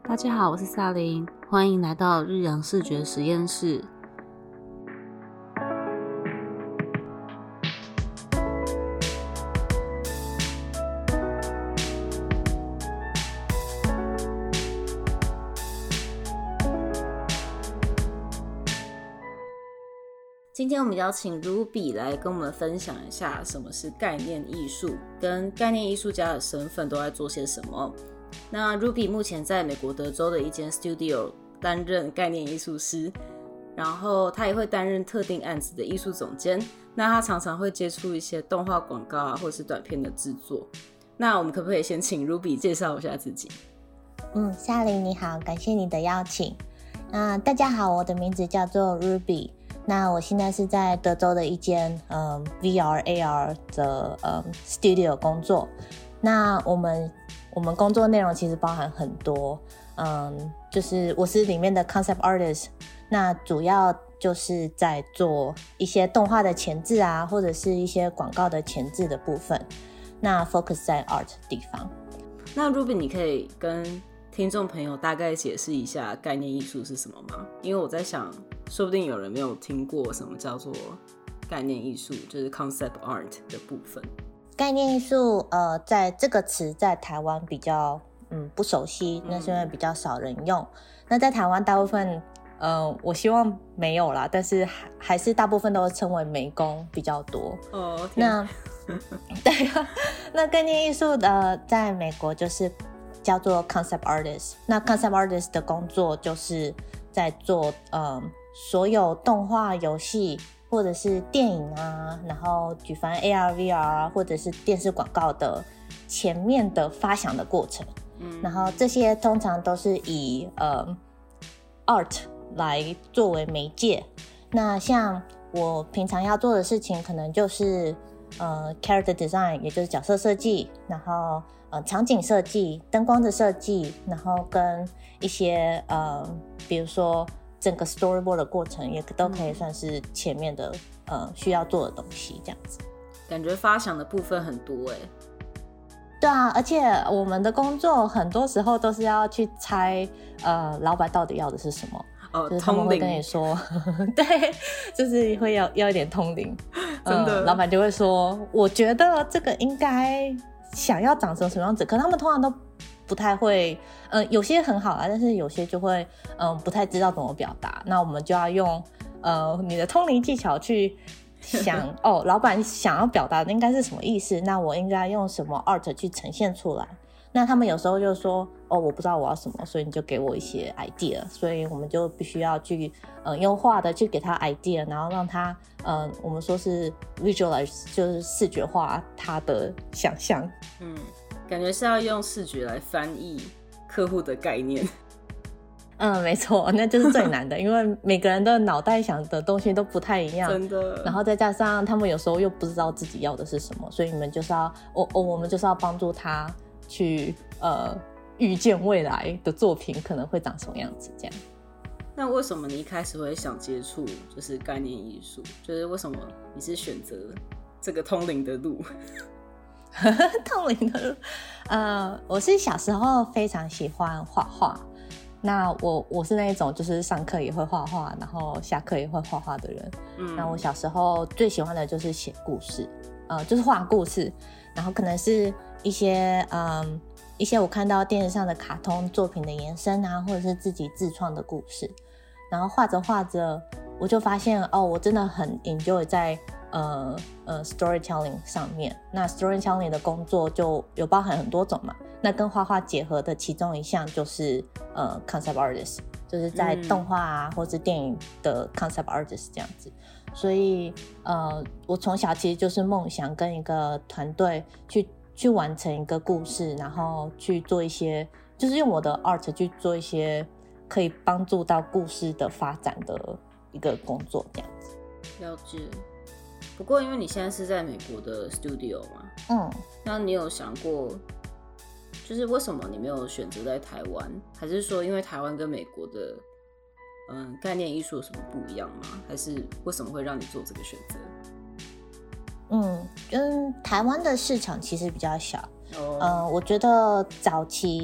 大家好，我是萨琳，欢迎来到日阳视觉实验室。今天我们邀请 Ruby 来跟我们分享一下什么是概念艺术，跟概念艺术家的身份都在做些什么。那 Ruby 目前在美国德州的一间 studio 担任概念艺术师，然后他也会担任特定案子的艺术总监。那他常常会接触一些动画广告或是短片的制作。那我们可不可以先请 Ruby 介绍一下自己？ 夏琳你好，感谢你的邀请。大家好，我的名字叫做 Ruby。那我现在是在德州的一间VR AR 的studio 工作。那我们工作内容其实包含很多，就是我是里面的 concept artist， 那主要就是在做一些动画的前置啊，或者是一些广告的前置的部分，那 focus 在 art 的地方。 那 Ruby 你可以跟听众朋友大概解释一下概念艺术是什么吗？因为我在想说不定有人没有听过什么叫做概念艺术，就是 concept art 的部分。 概念艺术在这个词在台湾比较不熟悉，那是因为比较少人用。那在台湾大部分我希望没有啦，但是还是大部分都称为美工比较多。那对啊，那概念艺术在美国就是叫做 concept artist。那 concept artist 的工作就是在做所有动画、游戏或者是电影啊，然后举凡 AR、VR 啊，或者是电视广告的前面的发想的过程。然后这些通常都是以art 来作为媒介。那像我平常要做的事情，可能就是character design， 也就是角色设计，然后场景设计、灯光的设计，然后跟一些比如说整个 storyboard 的过程也都可以算是前面的需要做的东西，这样子。 感觉发想的部分很多耶。 对啊，而且我们的工作很多时候都是要去猜老板到底要的是什么。就是他们会跟你说对，就是会要一点通灵。真的，老板就会说我觉得这个应该想要长成什么样子，可他们通常都不太会，有些很好啦，但是有些就会不太知道怎么表达。那我们就要用你的通灵技巧去想老板想要表达的应该是什么意思，那我应该用什么 art 去呈现出来。那他们有时候就说我不知道我要什么，所以你就给我一些 idea， 所以我们就必须要去用画的去给他 idea， 然后让他我们说是 visualize， 就是视觉化他的想象。 感觉是要用视觉来翻译客户的概念。 没错，那就是最难的，因为每个人的脑袋想的东西都不太一样， 真的。 然后再加上他们有时候又不知道自己要的是什么，所以你们就是要我们就是要帮助他去预见未来的作品可能会长什么样子，这样。 那为什么你一开始会想接触就是概念艺术？就是为什么你是选择这个通灵的路？ 通灵的路，我是小时候非常喜欢画画。那我是那一种就是上课也会画画，然后下课也会画画的人。那我小时候最喜欢的就是写故事，就是画故事，然后可能是一些我看到电视上的卡通作品的延伸啊，或者是自己自创的故事。然后画着画着，我就发现我真的很 enjoy 在storytelling 上面。那 storytelling 的工作就有包含很多种嘛，那跟画画结合的其中一项就是concept artist， 就是在动画啊或是电影的 concept artist 这样子。所以我从小其实就是梦想跟一个团队去完成一个故事，然后去做一些就是用我的 art 去做一些可以帮助到故事的发展的一个工作这样子。 了解。不过因为你现在是在美国的 studio 嘛，那你有想过就是为什么你没有选择在台湾？还是说因为台湾跟美国的概念艺术有什么不一样吗？还是为什么会让你做这个选择？ 跟台湾的市场其实比较小。我觉得早期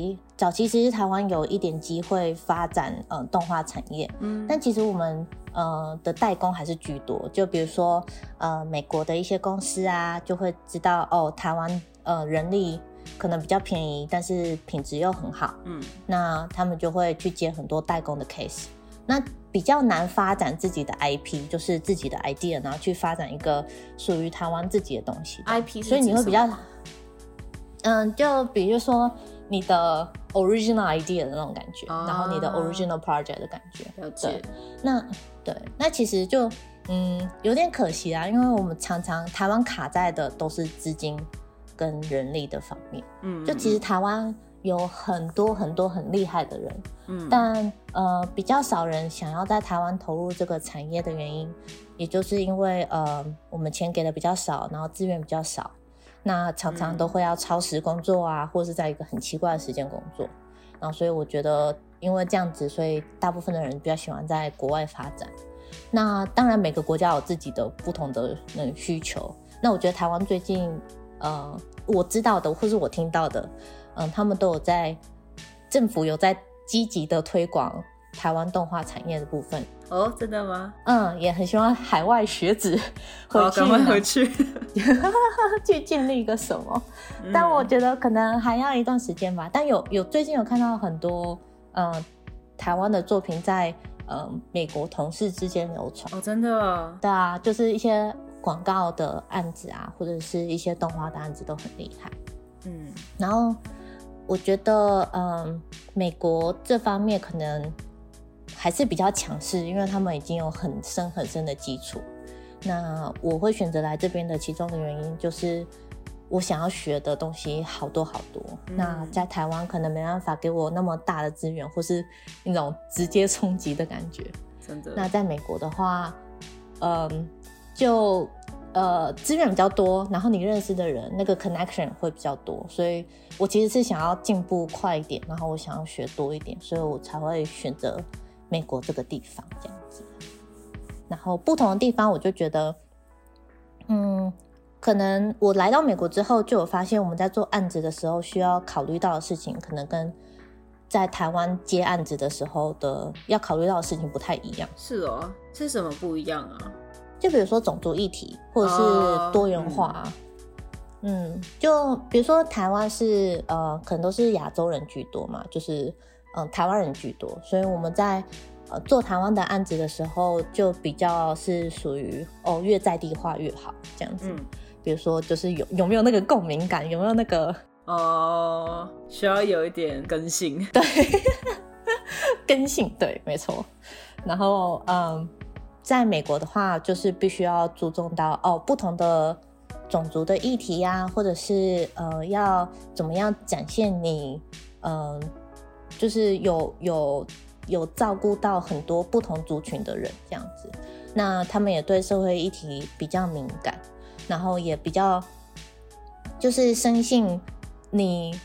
早期其实台湾有一点机会发展动画产业，但其实我们的代工还是居多。就比如说美国的一些公司啊，就会知道台湾人力可能比较便宜，但是品质又很好，那他们就会去接很多代工的 case。那比较难发展自己的 IP， 就是自己的 idea， 然后去发展一个属于台湾自己的东西。 IP 所以你会比较，就比如说你的 original idea 的那种感觉，然后你的 original project 的感觉。 了解。 那其实就有点可惜啦，因为我们常常台湾卡在的都是资金跟人力的方面。就其实台湾有很多很多很厉害的人，但比较少人想要在台湾投入这个产业的原因，也就是因为我们钱给的比较少，然后资源比较少，那常常都会要超时工作啊，或是在一个很奇怪的时间工作，然后所以我觉得因为这样子，所以大部分的人比较喜欢在国外发展。那当然每个国家有自己的不同的需求，那我觉得台湾最近我知道的或是我听到的，他们都有在政府有在积极的推广台湾动画产业的部分。 真的吗？ 也很希望海外学子回去， 赶快回去去建立一个什么，但我觉得可能还要一段时间吧。但最近有看到很多台湾的作品在美国同事之间流传。 真的？ 对啊，就是一些广告的案子啊，或者是一些动画的案子都很厉害。然后我觉得美国这方面可能还是比较强势，因为他们已经有很深很深的基础。那我会选择来这边的其中的原因就是我想要学的东西好多好多，那在台湾可能没办法给我那么大的资源，或是那种直接冲击的感觉。 真的。 那在美国的话就资源比较多，然后你认识的人那个 connection 会比较多，所以我其实是想要进步快一点，然后我想要学多一点，所以我才会选择美国这个地方这样子。然后不同的地方我就觉得可能我来到美国之后就有发现，我们在做案子的时候需要考虑到的事情可能跟在台湾接案子的时候的要考虑到的事情不太一样。 是是什么不一样啊？ 就比如说种族议题或者是多元化就比如说台湾是可能都是亚洲人居多嘛，就是台湾人居多，所以我们在做台湾的案子的时候就比较是属于越在地化越好这样子。比如说就是有没有那个共鸣感，有没有那个需要有一点根性。 对根性，对，没错。然后在美国的话就是必须要注重到不同的种族的议题啊，或者是要怎么样展现你就是有照顾到很多不同族群的人这样子。那他们也对社会议题比较敏感，然后也比较就是深信你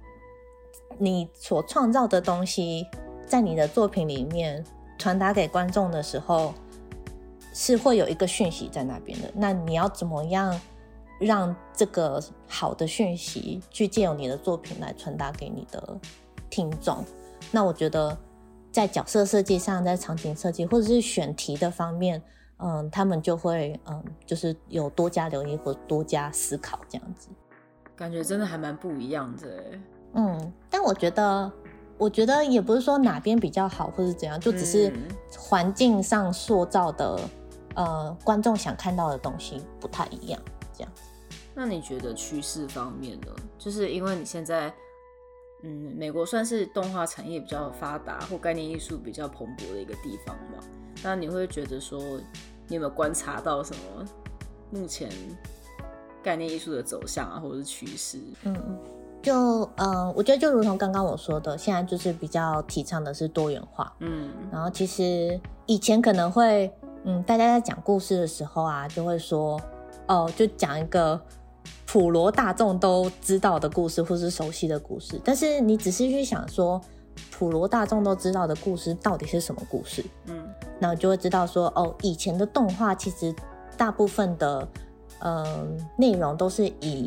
所创造的东西在你的作品里面传达给观众的时候是会有一个讯息在那边的，那你要怎么样让这个好的讯息去借由你的作品来传达给你的听众。那我觉得在角色设计上，在场景设计或者是选题的方面他们就会就是有多加留意或多加思考这样子。 感觉真的还蛮不一样的但我觉得也不是说哪边比较好或是怎样，就只是环境上塑造的观众想看到的东西不太一样这样子。 那你觉得趋势方面呢？就是因为你现在美国算是动画产业比较发达或概念艺术比较蓬勃的一个地方嘛，那你会觉得说你有没有观察到什么目前概念艺术的走向啊，或者是趋势？ 我觉得就如同刚刚我说的，现在就是比较提倡的是多元化。然后其实以前可能会大家在讲故事的时候啊，就会说就讲一个普罗大众都知道的故事或是熟悉的故事，但是你只是去想说普罗大众都知道的故事到底是什么故事，那就会知道说以前的动画其实大部分的内容都是以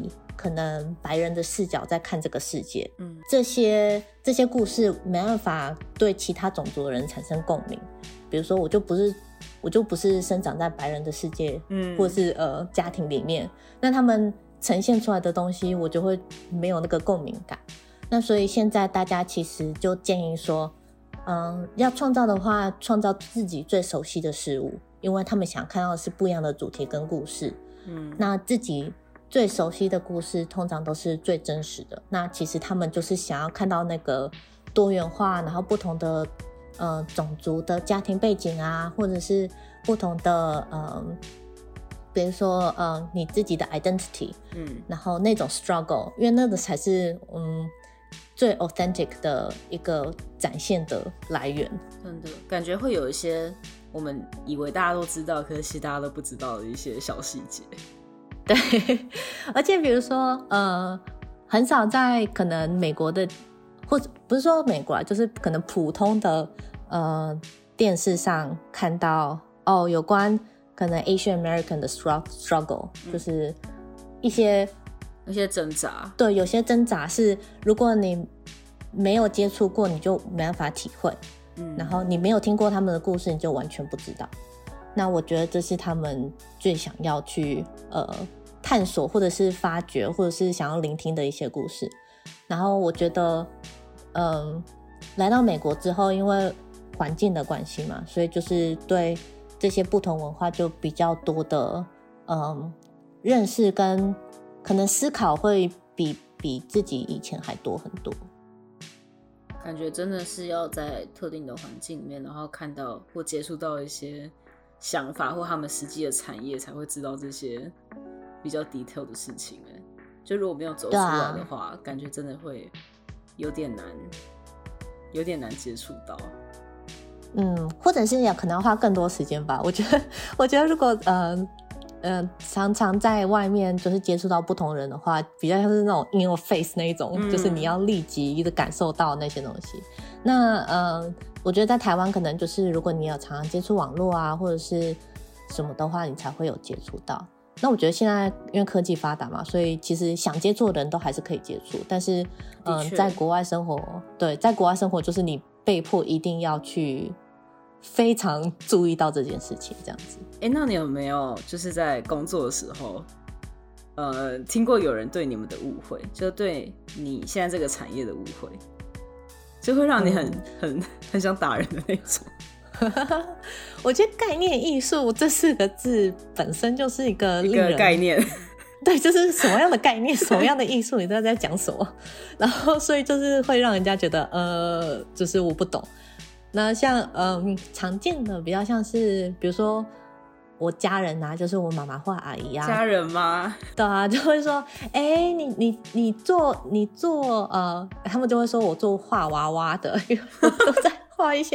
可能白人的视角在看这个世界，这些故事没办法对其他种族的人产生共鸣。比如说我就不是生长在白人的世界，或者是家庭里面，那他们呈现出来的东西我就会没有那个共鸣感。那所以现在大家其实就建议说要创造的话，创造自己最熟悉的事物，因为他们想看到的是不一样的主题跟故事。那自己最熟悉的故事通常都是最真实的，那其实他们就是想要看到那个多元化，然后不同的种族的家庭背景啊，或者是不同的比如说你自己的 identity，然后那种 struggle， 因为那个才是最 authentic 的一个展现的来源。 真的感觉会有一些我们以为大家都知道，可是其实大家都不知道的一些小细节。 对，而且比如说很少在可能美国的，或者不是说美国就是可能普通的电视上看到有关可能 Asian American 的 struggle，就是一些挣扎。 对，有些挣扎是如果你没有接触过，你就没办法体会，然后你没有听过他们的故事，你就完全不知道。那我觉得这是他们最想要去探索，或者是发掘，或者是想要聆听的一些故事。然后我觉得来到美国之后，因为环境的关系嘛，所以就是对这些不同文化就比较多的认识，跟可能思考会比自己以前还多很多。 感觉真的是要在特定的环境里面，然后看到或接触到一些想法或他们实际的产业，才会知道这些比较 detail 的事情。就如果没有走出来的话，感觉真的会有点难接触到。 或者是也可能要花更多时间吧。我觉得如果常常在外面就是接触到不同人的话，比较像是那种 in your face 那一种，就是你要立即的感受到那些东西。那我觉得在台湾可能就是如果你有常常接触网络啊或者是什么的话，你才会有接触到。那我觉得现在因为科技发达嘛，所以其实想接触的人都还是可以接触，但是在国外生活，对，在国外生活就是你被迫一定要去非常注意到这件事情，这样子。 那你有没有就是在工作的时候听过有人对你们的误会，就对你现在这个产业的误会，就会让你很想打人的那种？ 我觉得概念艺术这4个字本身就是一个概念。 对，就是什么样的概念什么样的艺术，你都在讲什么，然后所以就是会让人家觉得就是我不懂。那像常见的比较像是比如说我家人啊，就是我妈妈或阿姨啊。 家人吗？ 对啊，就会说你做他们就会说我做画娃娃的，因为我都在画一些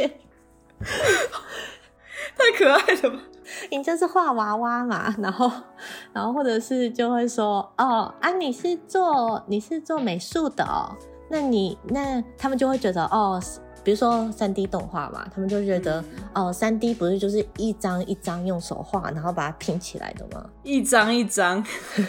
太可爱了吧。 你就是画娃娃嘛，然后或者是就会说你是做美术的那他们就会觉得比如说 3D 动画嘛，他们就觉得3D 不是就是一张一张用手画然后把它拼起来的吗？ 一张一张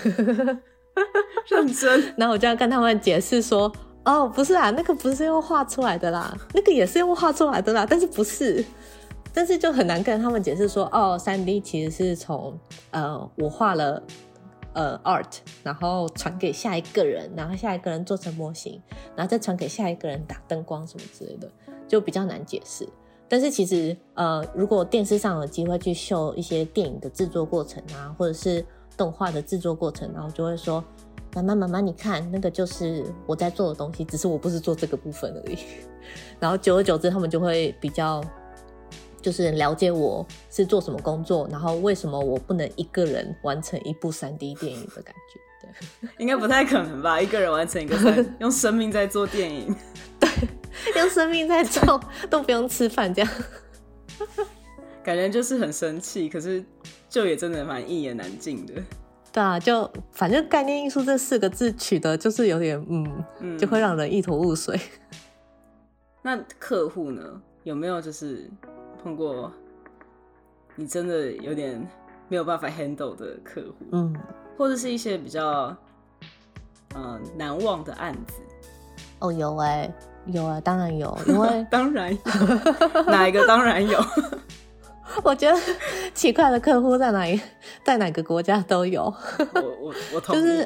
认真。 然后我就要跟他们解释说不是啦，那个不是用画出来的啦，那个也是用画出来的啦，但是不是，但是就很难跟他们解释说3D 其实是从我画了art 然后传给下一个人，然后下一个人做成模型，然后再传给下一个人打灯光什么之类的，就比较难解释。但是其实如果电视上有机会去秀一些电影的制作过程啊，或者是动画的制作过程，然后就会说妈妈你看那个就是我在做的东西，只是我不是做这个部分而已。然后久而久之他们就会比较就是了解我是做什么工作，然后为什么我不能一个人完成一部 3D 电影的感觉。对， 应该不太可能吧，一个人完成一个用生命在做电影。 对，用生命在做都不用吃饭这样。 感觉就是很生气，可是就也真的蛮一言难尽的。 对啊，就反正概念艺术这4个字取得就是有点就会让人一头雾水。 那客户呢，有没有就是碰过你真的有点没有办法 handle 的客户？或者是一些比较难忘的案子？ 哦，有当然有，因为当然有，哪一个当然有？ 我觉得奇怪的客户在哪个国家都有。 我同意。 就是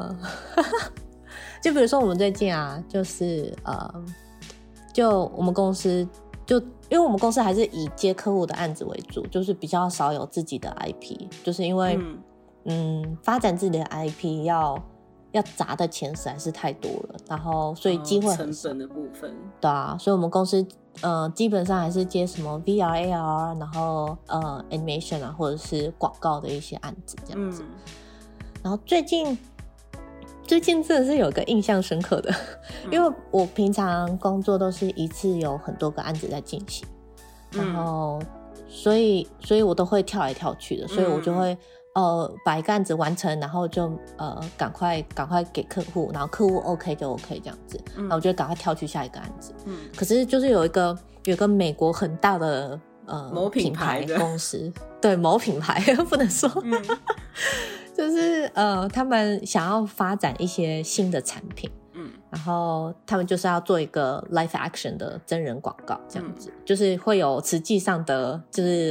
就比如说我们最近啊，就是就我们公司因为我们公司还是以接客户的案子为主，就是比较少有自己的 IP， 就是因为发展自己的 IP 要砸的钱实在是太多了，然后所以机会很少， 成本的部分。对啊，所以我们公司基本上还是接什么 VR、AR， 然后animation 啊，或者是广告的一些案子这样子。然后最近真的是有个印象深刻的，因为我平常工作都是一次有很多个案子在进行，然后所以我都会跳来跳去的，所以我就会把一个案子完成，然后就赶快给客户，然后客户 OK 就 OK 这样子，然后我就赶快跳去下一个案子。可是就是有一个美国很大的某品牌公司，对，某品牌不能说。就是他们想要发展一些新的产品，然后他们就是要做一个 live action 的真人广告这样子，就是会有实际上的，就是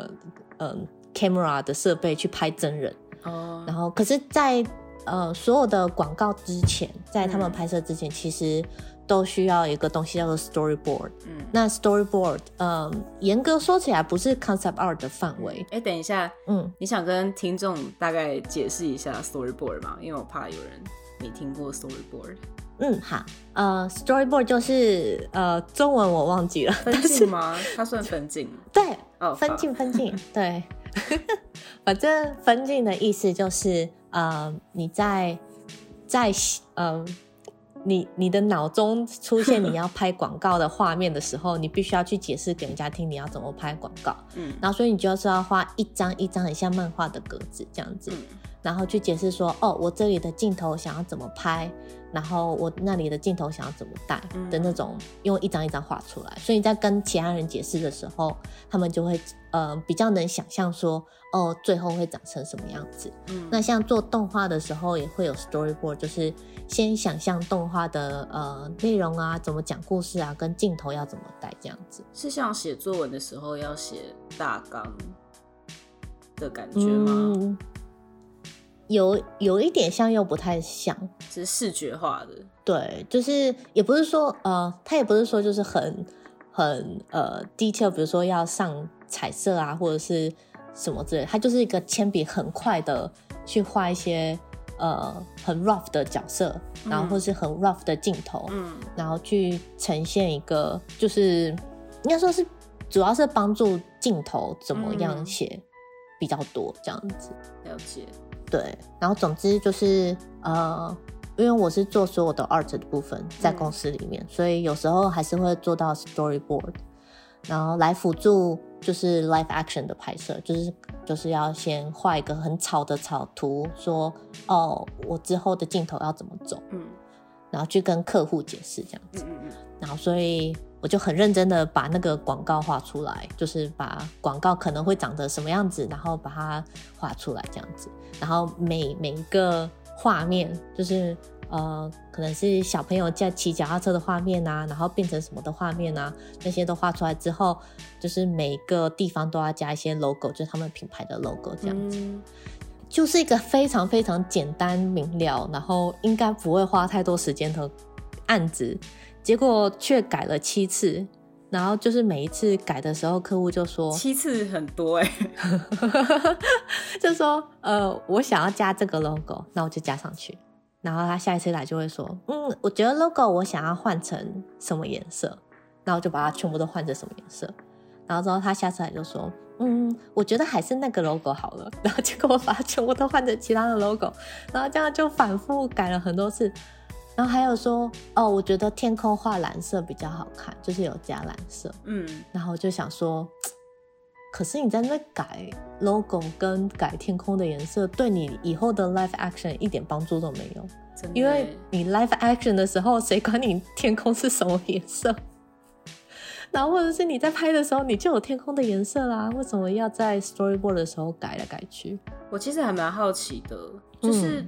camera 的设备去拍真人，然后可是在所有的广告之前，在他们拍摄之前，其实都需要一个东西叫做 storyboard。那 storyboard 严格说起来不是 concept art 的范围。 等一下，你想跟听众大概解释一下 storyboard 吗？因为我怕有人没听过 storyboard。 好，storyboard 就是中文我忘记了， 分镜吗？它算分镜？ 对，分镜，对。反正分镜的意思就是你在你的脑中出现你要拍广告的画面的时候，你必须要去解释给人家听你要怎么拍广告，然后所以你就是要画一张一张很像漫画的格子这样子，然后去解释说我这里的镜头想要怎么拍，然后我那里的镜头想要怎么带的那种，用一张一张画出来。所以你在跟其他人解释的时候，他们就会比较能想象说最后会长成什么样子。那像做动画的时候也会有 storyboard， 就是先想象动画的内容啊，怎么讲故事啊，跟镜头要怎么带这样子。 是像写作文的时候要写大纲的感觉吗？有一点像又不太像， 是视觉化的。 对，就是也不是说它也不是说就是很detail， 比如说要上彩色啊或者是什么之类的，它就是一个铅笔很快的去画一些很 rough 的角色，然后或是很 rough 的镜头，然后去呈现一个，就是应该说是主要是帮助镜头怎么样写比较多这样子。 了解。 对，然后总之就是因为我是做所有的 art 的部分在公司里面，所以有时候还是会做到 storyboard， 然后来辅助就是 live action 的拍摄，就是要先画一个很草的草图，说我之后的镜头要怎么走，然后去跟客户解释这样子，然后所以我就很认真的把那个广告画出来，就是把广告可能会长得什么样子，然后把它画出来这样子，然后每一个画面就是可能是小朋友在骑脚踏车的画面啊，然后变成什么的画面啊，那些都画出来之后，就是每个地方都要加一些 logo， 就是他们品牌的 logo 这样子，就是一个非常非常简单明了，然后应该不会花太多时间的案子，结果却改了7次，然后就是每一次改的时候，客户就说 7次很多就说我想要加这个 logo， 那我就加上去，然后他下一次来就会说我觉得 logo 我想要换成什么颜色，然后就把它全部都换成什么颜色，然后之后他下次来就说我觉得还是那个 logo 好了，然后结果我把它全部都换成其他的 logo， 然后这样就反复改了很多次。然后还有说我觉得天空画蓝色比较好看，就是有加蓝色，然后我就想说，可是你在那边改 logo 跟改天空的颜色，对你以后的 live action 一点帮助都没有，因为你 live action 的时候谁管你天空是什么颜色，然后或者是你在拍的时候你就有天空的颜色啦，为什么要在 storyboard 的时候改来改去？ 我其实还蛮好奇的，就是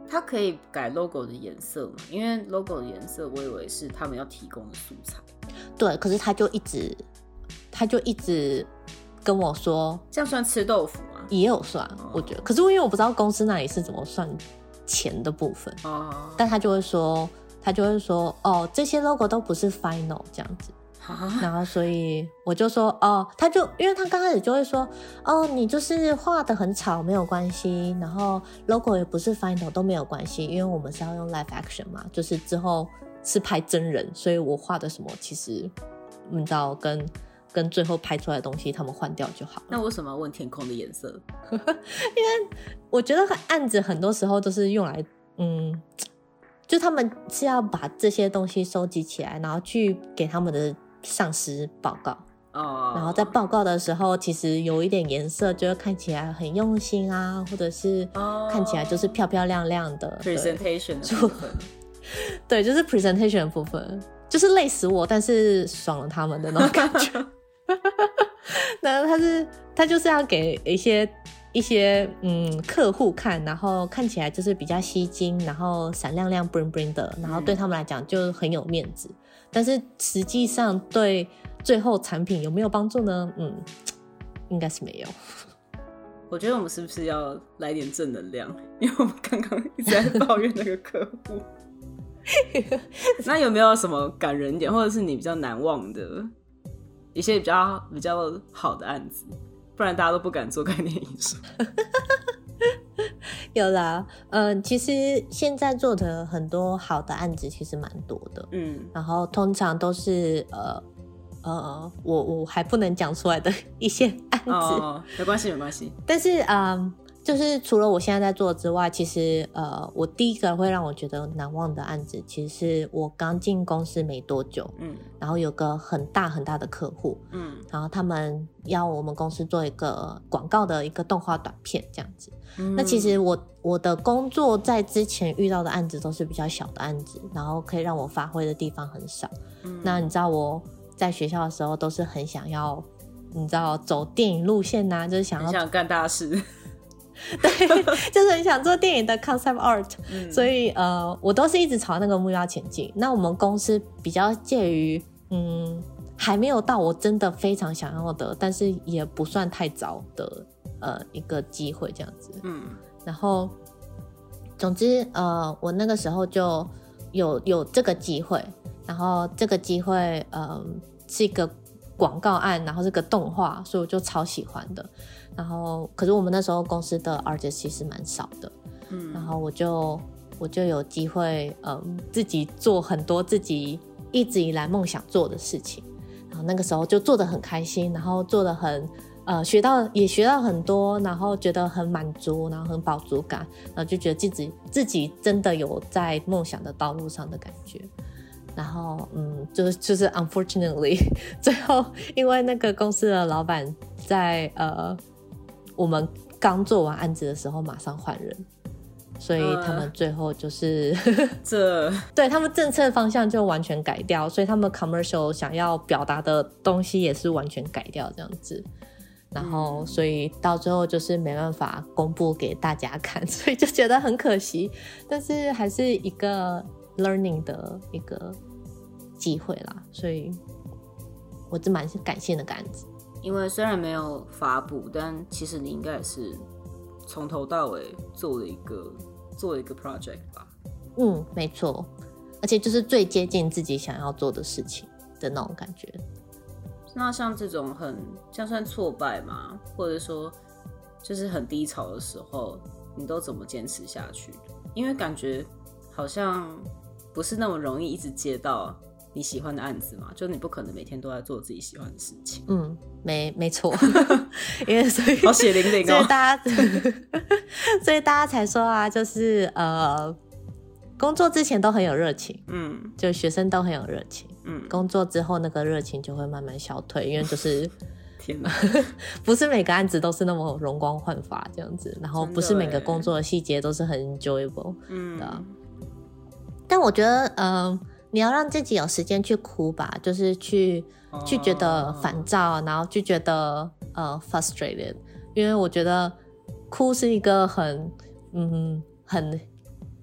它可以改 logo 的颜色嘛？因为 logo 的颜色我以为是他们要提供的素材。 对，可是他就一直跟我说， 这样算吃豆腐吗？ 也有算，我觉得。可是因为我不知道公司那里是怎么算钱的部分，但他就会说哦，这些 logo 都不是 final 这样子。然后所以我就说哦，因为他刚开始就会说哦，你就是画得很吵没有关系，然后 logo 也不是 final 都没有关系，因为我们是要用 live action 嘛，就是之后是拍真人，所以我画的什么其实你知道跟最后拍出来的东西他们换掉就好了。 那为什么要问天空的颜色？ 因为我觉得案子很多时候都是用来就他们是要把这些东西收集起来，然后去给他们的上司报告。然后在报告的时候其实有一点颜色就会看起来很用心啊，或者是看起来就是漂漂亮亮的 presentation 的部分。 对，就是 presentation 的部分，就是累死我但是爽了他们的那种感觉。然后他就是要给一些客户看，然后看起来就是比较吸睛，然后闪亮亮 bling bling 的，然后对他们来讲就很有面子。但是实际上对最后产品有没有帮助呢？应该是没有。 我觉得我们是不是要来点正能量？因为我们刚刚一直在抱怨那个客户。那有没有什么感人点，或者是你比较难忘的一些比较好的案子？不然大家都不敢做概念艺术。有啦，其实现在做的很多好的案子其实蛮多的，然后通常都是我还不能讲出来的一些案子。 没关系。 但是就是除了我现在在做之外，其实我第一个会让我觉得难忘的案子，其实是我刚进公司没多久，然后有个很大很大的客户，然后他们要我们公司做一个广告的一个动画短片这样子。那其实我的工作在之前遇到的案子都是比较小的案子，然后可以让我发挥的地方很少。那你知道我在学校的时候都是很想要，你知道走电影路线啊，就是很想干大事。 对，就是很想做电影的 concept art，所以我都是一直朝那个目标前进。那我们公司比较介于还没有到我真的非常想要的，但是也不算太早的一个机会这样子。然后总之我那个时候就有这个机会，然后这个机会是一个广告案，然后是个动画，所以我就超喜欢的。然后可是我们那时候公司的 artist 其实蛮少的，然后我就有机会自己做很多自己一直以来梦想做的事情，然后那个时候就做得很开心，然后做得很学到很多，然后觉得很满足，然后很饱足感，然后就觉得自己真的有在梦想的道路上的感觉。然后就是 unfortunately 最后因为那个公司的老板在我们刚做完案子的时候马上换人，所以他们最后就是对，他们政策方向就完全改掉，所以他们 commercial 想要表达的东西也是完全改掉这样子。然后所以到最后就是没办法公布给大家看，所以就觉得很可惜，但是还是一个 learning 的一个机会啦，所以我是蛮感谢那个案子。 因为虽然没有发布，但其实你应该也是从头到尾做了一个 project 吧。 没错，而且就是最接近自己想要做的事情的那种感觉。 那像这种这样算挫败吗？或者说就是很低潮的时候，你都怎么坚持下去？因为感觉好像不是那么容易一直接到你喜欢的案子嘛，就你不可能每天都在做自己喜欢的事情。 没错。因为所以好血淋淋所以大家才说啊，就是工作之前都很有热情，就学生都很有热情，工作之后那个热情就会慢慢消退，因为就是天哪， 不是每个案子都是那么容光焕发这样子，然后不是每个工作的细节都是很 enjoyable，但我觉得你要让自己有时间去哭吧，就是去觉得烦躁，然后去觉得frustrated，因为我觉得哭是一个很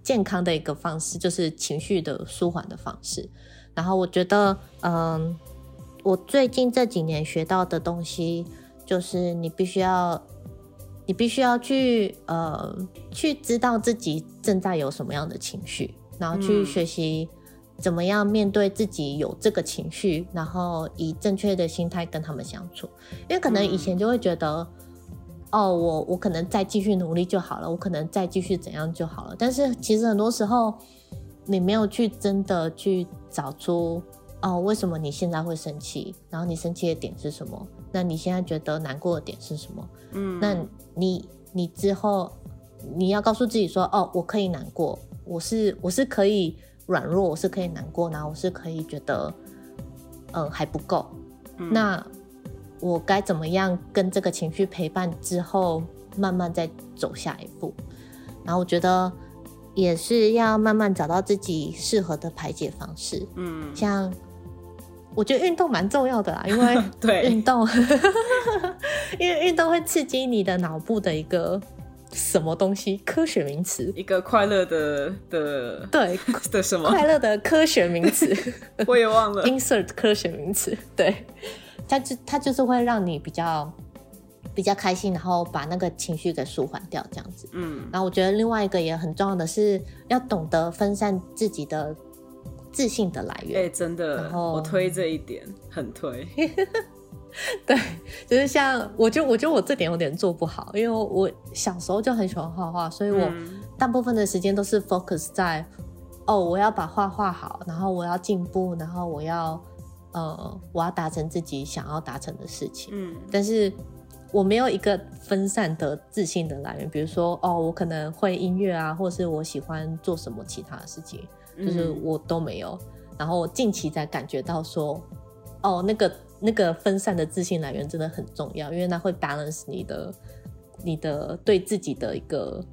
健康的一个方式，就是情绪的舒缓的方式。然后我觉得我最近这几年学到的东西就是你必须要去知道自己正在有什么样的情绪，然后去学习怎么样面对自己有这个情绪，然后以正确的心态跟他们相处。因为可能以前就会觉得我可能再继续努力就好了，我可能再继续怎样就好了，但是其实很多时候你没有去真的去找出为什么你现在会生气，然后你生气的点是什么，那你现在觉得难过的点是什么，那你之后你要告诉自己说我可以难过，我是可以软弱，我是可以难过，然后我是可以觉得还不够，那我该怎么样跟这个情绪陪伴之后慢慢再走下一步。然后我觉得也是要慢慢找到自己适合的排解方式，像我觉得运动蛮重要的啦，因为对运动因为运动会刺激你的脑部的一个什么东西，科学名词， 一个快乐的对的什么快乐的科学名词我也忘了 insert 科学名词，对，它就是会让你比较开心，然后把那个情绪给舒缓掉这样子。然后我觉得另外一个也很重要的是要懂得分散自己的自信的来源。 真的，我推这一点，很推对，就是像我觉得我这点有点做不好，因为我小时候就很喜欢画画，所以我大部分的时间都是 focus 在我要把画画好，然后我要进步，然后我要达成自己想要达成的事情。但是我没有一个分散的自信的来源，比如说我可能会音乐啊，或是我喜欢做什么其他的事情，就是我都没有。然后我近期才感觉到说那个分散的自信来源真的很重要，因为它会 balance 你的对自己的一个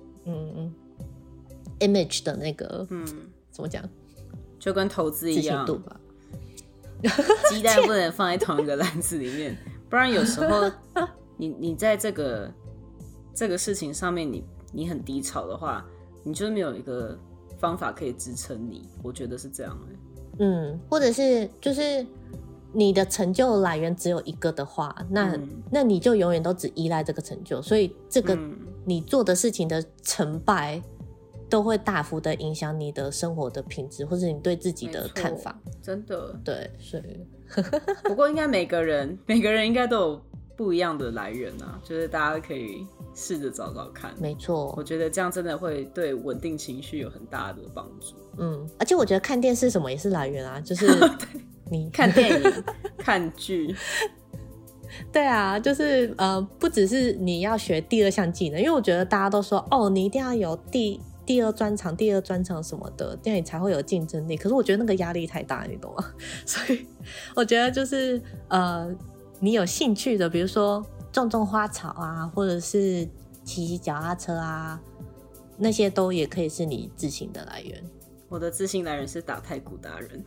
image 的那个怎么讲，就跟投资一样， 自信度吧。 鸡蛋不能放在同一个篮子里面，不然有时候你在这个事情上面你很低潮的话，你就没有一个方法可以支撑你，我觉得是这样或者是就是你的成就来源只有一个的话，那你就永远都只依赖这个成就，所以这个你做的事情的成败都会大幅的影响你的生活的品质，或者你对自己的看法。 真的， 对，所以不过应该每个人应该都有不一样的来源啊，就是大家可以试着找找看。 没错， 我觉得这样真的会对稳定情绪有很大的帮助。 而且我觉得看电视什么也是来源啊，就是你看电影、看剧。 对啊，就是不只是你要学第二项技能，因为我觉得大家都说你一定要有第二专长什么的，这样你才会有竞争力。可是我觉得那个压力太大，你懂吗？所以我觉得就是你有兴趣的，比如说种花草啊，或者是骑脚踏车啊，那些都也可以是你自信的来源。 我的自信来源是打太鼓达人。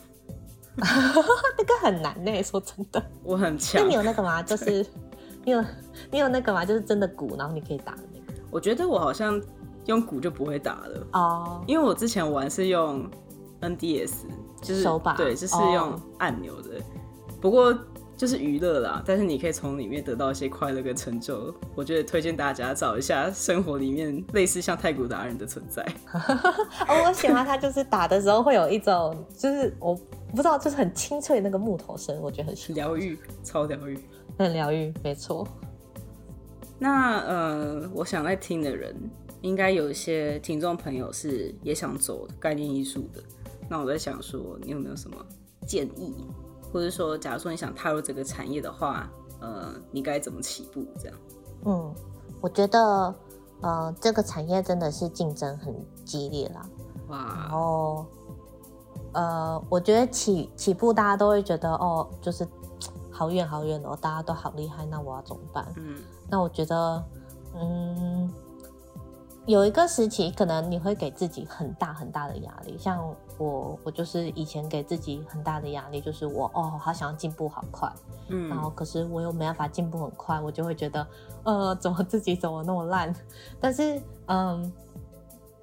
那个很难耶，说真的。 我很强。 那你有那个吗？就是你有那个吗？就是真的鼓，然后你可以打的那个。 我觉得我好像用鼓就不会打了因为我之前玩是用 NDS， 就是手把， 对，就是用按钮的。不过就是娱乐啦，但是你可以从里面得到一些快乐跟成就。我觉得推荐大家找一下生活里面类似像太鼓达人的存在。 我喜欢他，就是打的时候会有一种，就是我不知道，就是很清脆那个木头声，我觉得很喜欢， 疗愈，超疗愈， 很疗愈，没错。 那我想在听的人，应该有一些听众朋友是也想走概念艺术的。那我在想说，你有没有什么建议？或者说假如说你想踏入这个产业的话你该怎么起步这样？ 我觉得这个产业真的是竞争很激烈啦。然后我觉得起步大家都会觉得就是好远好远大家都好厉害，那我要怎么办？那我觉得有一个时期可能你会给自己很大很大的压力，像我就是以前给自己很大的压力，就是我好想要进步好快，然后可是我又没办法进步很快，我就会觉得怎么自己怎么那么烂。但是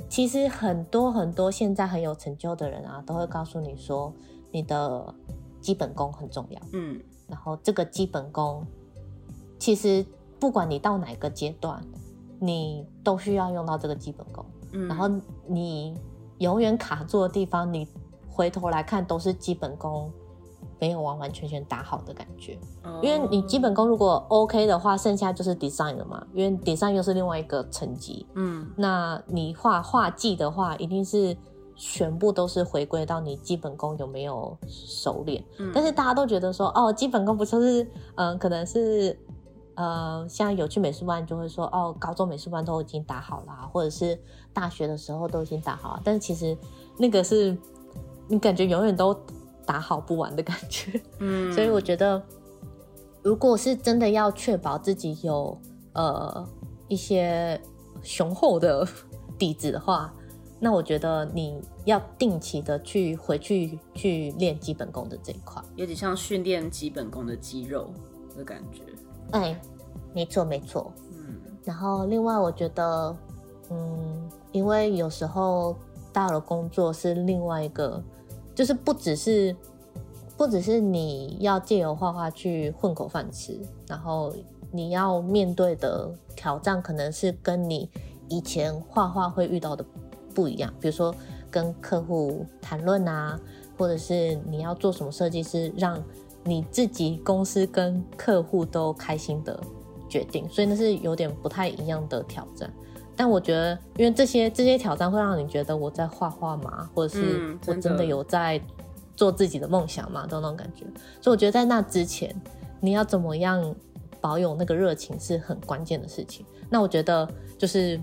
其实很多很多现在很有成就的人啊，都会告诉你说，你的基本功很重要。然后这个基本功，其实不管你到哪个阶段，你都需要用到这个基本功。然后你永远卡住的地方，你回头来看都是基本功没有完完全全打好的感觉。因为你基本功如果 OK 的话，剩下就是 design 了嘛，因为 design 又是另外一个层级。那你画技的话，一定是全部都是回归到你基本功有没有熟练。但是大家都觉得说，基本功不就是可能是像有去美术班就会说，高中美术班都已经打好了，或者是大学的时候都已经打好了，但是其实那个是你感觉永远都打好不完的感觉。所以我觉得如果是真的要确保自己有一些雄厚的底子的话，那我觉得你要定期的回去练基本功的这一块， 有点像训练基本功的肌肉的感觉。 没错没错。然后另外我觉得因为有时候到了工作是另外一个，就是不只是你要借由画画去混口饭吃，然后你要面对的挑战可能是跟你以前画画会遇到的不一样，比如说跟客户谈论啊，或者是你要做什么设计是让你自己公司跟客户都开心的决定，所以那是有点不太一样的挑战。但我觉得因为这些挑战会让你觉得我在画画嘛，或者是我真的有在做自己的梦想嘛，都那种感觉。所以我觉得在那之前你要怎么样保有那个热情是很关键的事情。那我觉得就是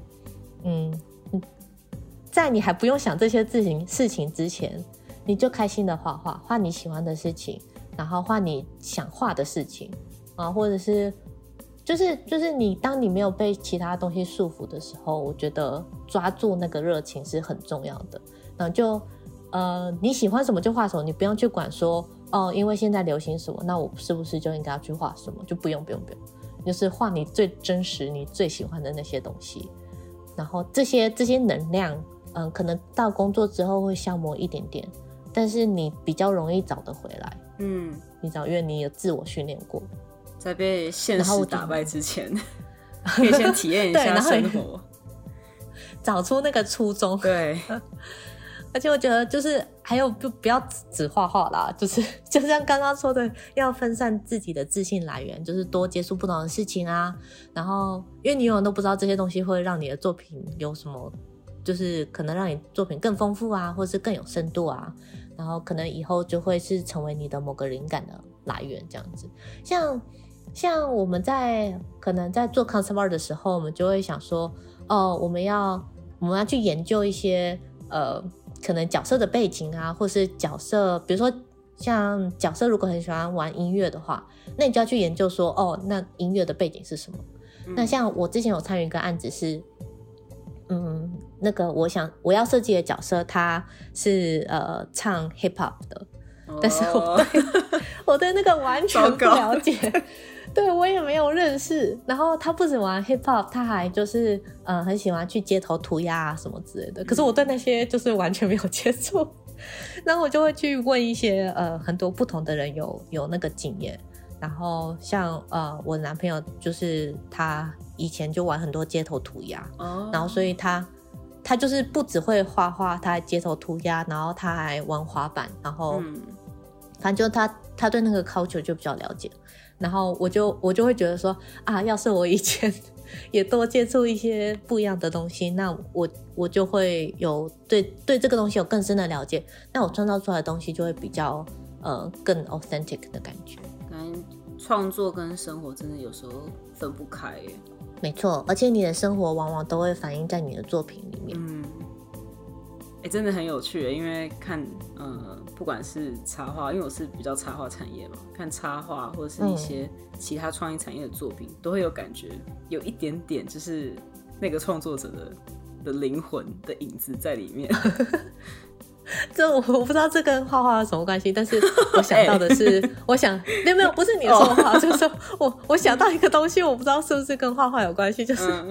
在你还不用想这些事情之前，你就开心的画你喜欢的事情，然后画你想画的事情啊，或者是就是你当你没有被其他东西束缚的时候，我觉得抓住那个热情是很重要的。然后就你喜欢什么就画什么，你不用去管说因为现在流行什么，那我是不是就应该要去画什么，就不用，就是画你最真实你最喜欢的那些东西。然后这些能量可能到工作之后会消磨一点点，但是你比较容易找得回来。你知道，因为你有自我训练过， 在被现实打败之前可以先体验一下生活， 找出那个初衷。 对而且我觉得就是还有不要只画画啦，就像刚刚说的，要分散自己的自信来源，就是多接触不同的事情啊。然后因为你永远都不知道这些东西会让你的作品有什么，就是可能让你作品更丰富啊，或是更有深度啊，然后可能以后就会是成为你的某个灵感的来源这样子。像我们可能在做 concept art 的时候，我们就会想说我们要去研究一些可能角色的背景啊，或是角色，比如说像角色如果很喜欢玩音乐的话，那你就要去研究说那音乐的背景是什么。那像我之前有参与一个案子是那个我要设计的角色他是唱 hip hop 的，但是我对那个完全不了解对，我也没有认识。然后他不止玩 hip hop， 他还就是很喜欢去街头涂鸦啊什么之类的。可是我对那些就是完全没有接触，然后我就会去问一些很多不同的人有那个经验。然后像我男朋友就是他以前就玩很多街头涂鸦，然后所以他就是不只会画画，他还街头涂鸦，然后他还玩滑板，然后反正就他对那个 culture 就比较了解。然后我就会觉得说要是我以前也多接触一些不一样的东西，那我就会有对这个东西有更深的了解，那我创造出来的东西就会比较更 authentic 的感觉。 创作跟生活真的有时候分不开耶。 没错，而且你的生活往往都会反映在你的作品里面。 真的很有趣耶，因为看不管是插画，因为我是比较插画产业嘛，看插画或者是一些其他创意产业的作品，都会有感觉，有一点点就是那个创作者的灵魂的影子在里面。 这我不知道这跟画画有什么关系，但是我想到的是，我想没有不是你的说话，就是说我想到一个东西，我不知道是不是跟画画有关系，就是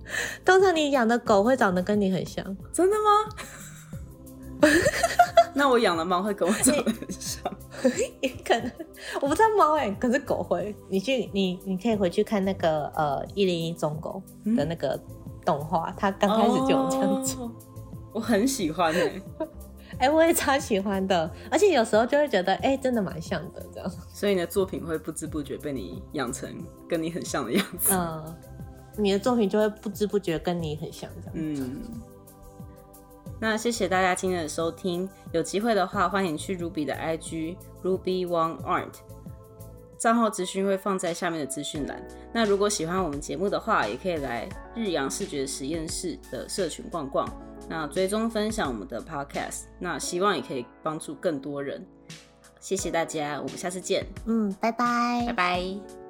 通常你养的狗会长得跟你很像。 真的吗？那我养的猫会跟我长得很像？ 可能我不知道猫可是狗会。你可以回去看那个101中狗的那个动画，它刚开始就有这样子。 我很喜欢我也超喜欢的，而且有时候就会觉得真的蛮像的这样。 所以你的作品会不知不觉被你养成跟你很像的样子。 你的作品就会不知不觉跟你很像这样。 那谢谢大家今天的收听，有机会的话欢迎去 Ruby 的 IG RubyWangArt， 账号资讯会放在下面的资讯栏。那如果喜欢我们节目的话，也可以来日阳视觉实验室的社群逛逛，那追踪分享我们的 Podcast， 那希望也可以帮助更多人。谢谢大家，我们下次见。 拜拜。 拜拜。